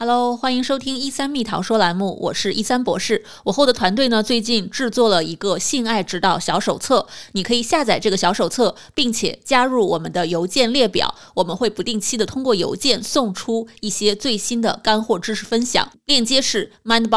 Hello， 欢迎收听13蜜桃说栏目，我是13博士。我后的团队呢，最近制作了一个性爱指导小手册，你可以下载这个小手册，并且加入我们的邮件列表，我们会不定期的通过邮件送出一些最新的干货知识分享。链接是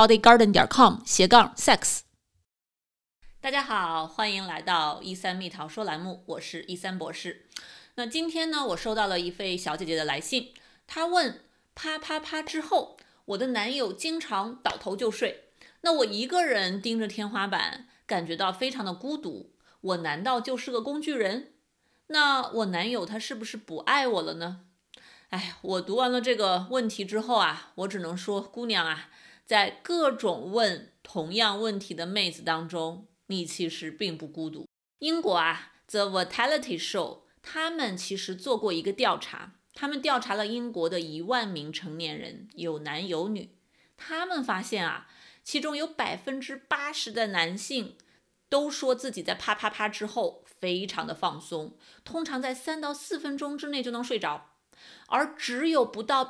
mindbodygarden.com/sex。大家好，欢迎来到13蜜桃说栏目，我是13博士。那今天呢，我收到了一位小姐姐的来信，她问啪啪啪之后，我的男友经常倒头就睡，那我一个人盯着天花板，感觉到非常的孤独，我难道就是个工具人？那我男友他是不是不爱我了呢？我读完了这个问题之后啊，我只能说，姑娘啊，在各种问同样问题的妹子当中，你其实并不孤独。英国啊 The Vitality Show 他们其实做过一个调查，他们调查了英国的1万名成年人，有男有女。他们发现啊，其中有80%的男性都说自己在啪啪啪之后非常的放松，通常在3到4分钟之内就能睡着，而只有不到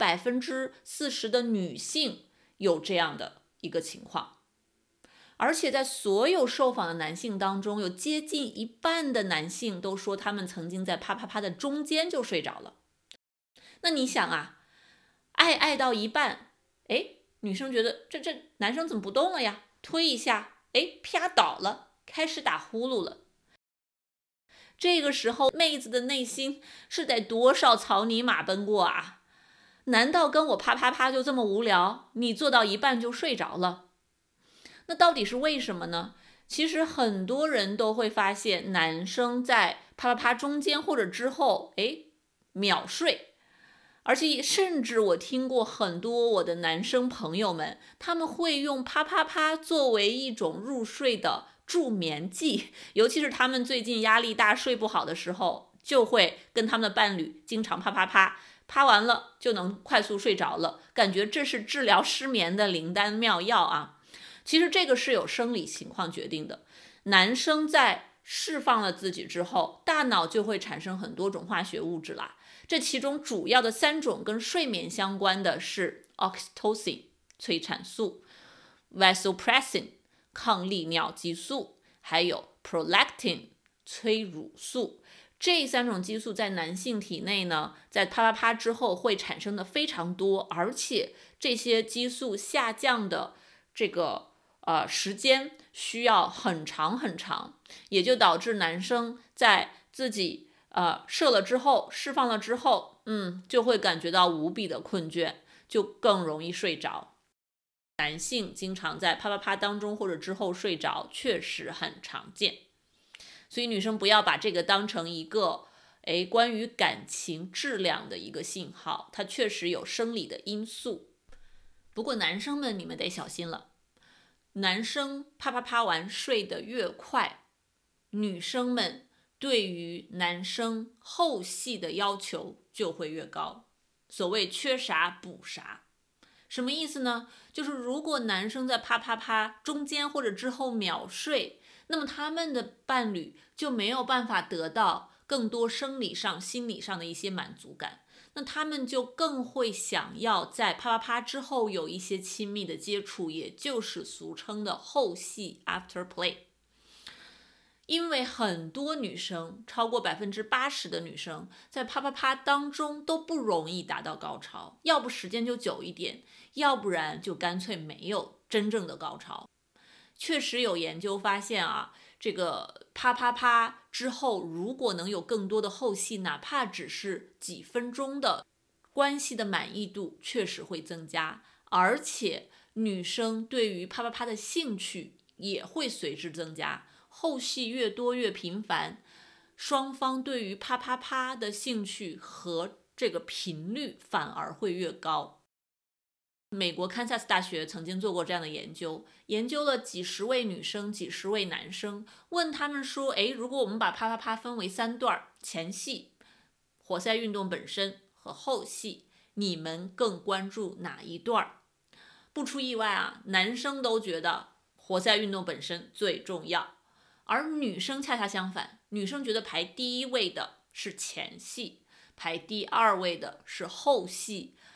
40%的女性有这样的一个情况。而且在所有受访的男性当中，有接近一半的男性都说他们曾经在啪啪啪的中间就睡着了。那你想啊，爱到一半，女生觉得这男生怎么不动了呀？推一下，啪倒了，开始打呼噜了。这个时候妹子的内心是得多少草泥马奔过啊？难道跟我啪啪啪就这么无聊？你做到一半就睡着了？那到底是为什么呢？其实很多人都会发现，男生在啪啪啪中间或者之后，秒睡。而且甚至我听过很多我的男生朋友们，他们会用啪啪啪作为一种入睡的助眠剂，尤其是他们最近压力大睡不好的时候，就会跟他们的伴侣经常啪啪啪，啪完了就能快速睡着了，感觉这是治疗失眠的灵丹妙药啊。其实这个是有生理情况决定的，男生在释放了自己之后，大脑就会产生很多种化学物质啦。这其中主要的3种跟睡眠相关的是 oxytocin 催产素、vasopressin 抗利尿激素，还有 prolactin 催乳素。这3种激素在男性体内呢，在啪啪啪之后会产生的非常多，而且这些激素下降的这个时间需要很长很长，也就导致男生在自己射了之后，释放了之后，就会感觉到无比的困倦，就更容易睡着。男性经常在啪啪啪当中或者之后睡着，确实很常见。所以女生不要把这个当成一个关于感情质量的一个信号，它确实有生理的因素。不过男生们你们得小心了，男生啪啪啪完睡得越快，女生们对于男生后戏的要求就会越高。所谓缺啥补啥，什么意思呢？就是如果男生在啪啪啪中间或者之后秒睡，那么他们的伴侣就没有办法得到更多生理上、心理上的一些满足感，那他们就更会想要在啪啪啪之后有一些亲密的接触，也就是俗称的后戏 after play。因为很多女生，超过80%的女生在啪啪啪当中都不容易达到高潮，要不时间就久一点，要不然就干脆没有真正的高潮。确实有研究发现啊，这个啪啪啪之后，如果能有更多的后戏，哪怕只是几分钟的关系的满意度确实会增加，而且女生对于啪啪啪的兴趣也会随之增加。后戏越多越频繁，双方对于啪啪啪的兴趣和这个频率反而会越高。美国堪萨斯大学曾经做过这样的研究，研究了几十位女生、几十位男生，问他们说，如果我们把啪啪啪分为3段，前戏、活塞运动本身和后戏，你们更关注哪一段？不出意外啊，男生都觉得活塞运动本身最重要。而女生恰恰相反，女生觉得排第1位的是前戏，排第2位的是后戏，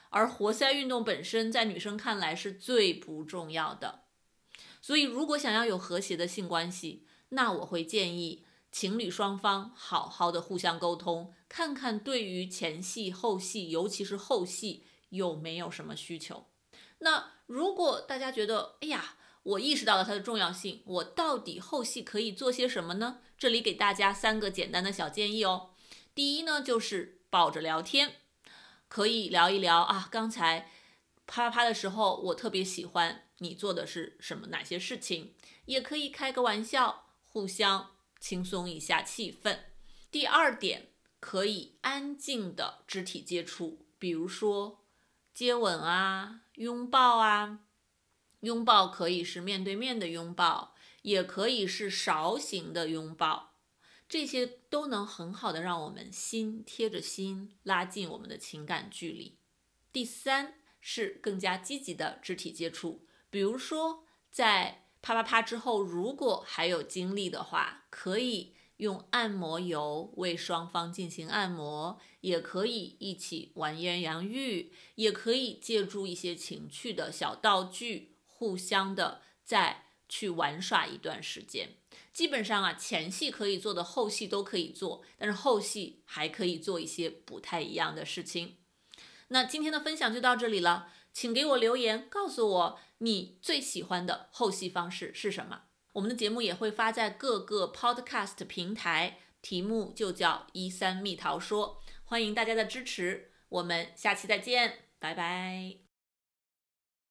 而活塞运动本身在女生看来是最不重要的。所以如果想要有和谐的性关系，那我会建议情侣双方好好的互相沟通，看看对于前戏后戏，尤其是后戏有没有什么需求。那如果大家觉得我意识到了它的重要性，我到底后戏可以做些什么呢？这里给大家3个简单的小建议哦。第一呢，就是抱着聊天，可以聊一聊刚才啪啪啪的时候我特别喜欢你做的是哪些事情，也可以开个玩笑，互相轻松一下气氛。第二点，可以安静的肢体接触，比如说接吻拥抱拥抱可以是面对面的拥抱，也可以是勺形的拥抱，这些都能很好的让我们心贴着心，拉近我们的情感距离。第三是更加积极的肢体接触，比如说在啪啪啪之后，如果还有精力的话，可以用按摩油为双方进行按摩，也可以一起玩鸳鸯浴，也可以借助一些情趣的小道具，互相的再去玩耍一段时间。基本上前戏可以做的后戏都可以做，但是后戏还可以做一些不太一样的事情。那今天的分享就到这里了，请给我留言，告诉我你最喜欢的后戏方式是什么。我们的节目也会发在各个 podcast 平台，题目就叫13蜜桃说，欢迎大家的支持，我们下期再见，拜拜。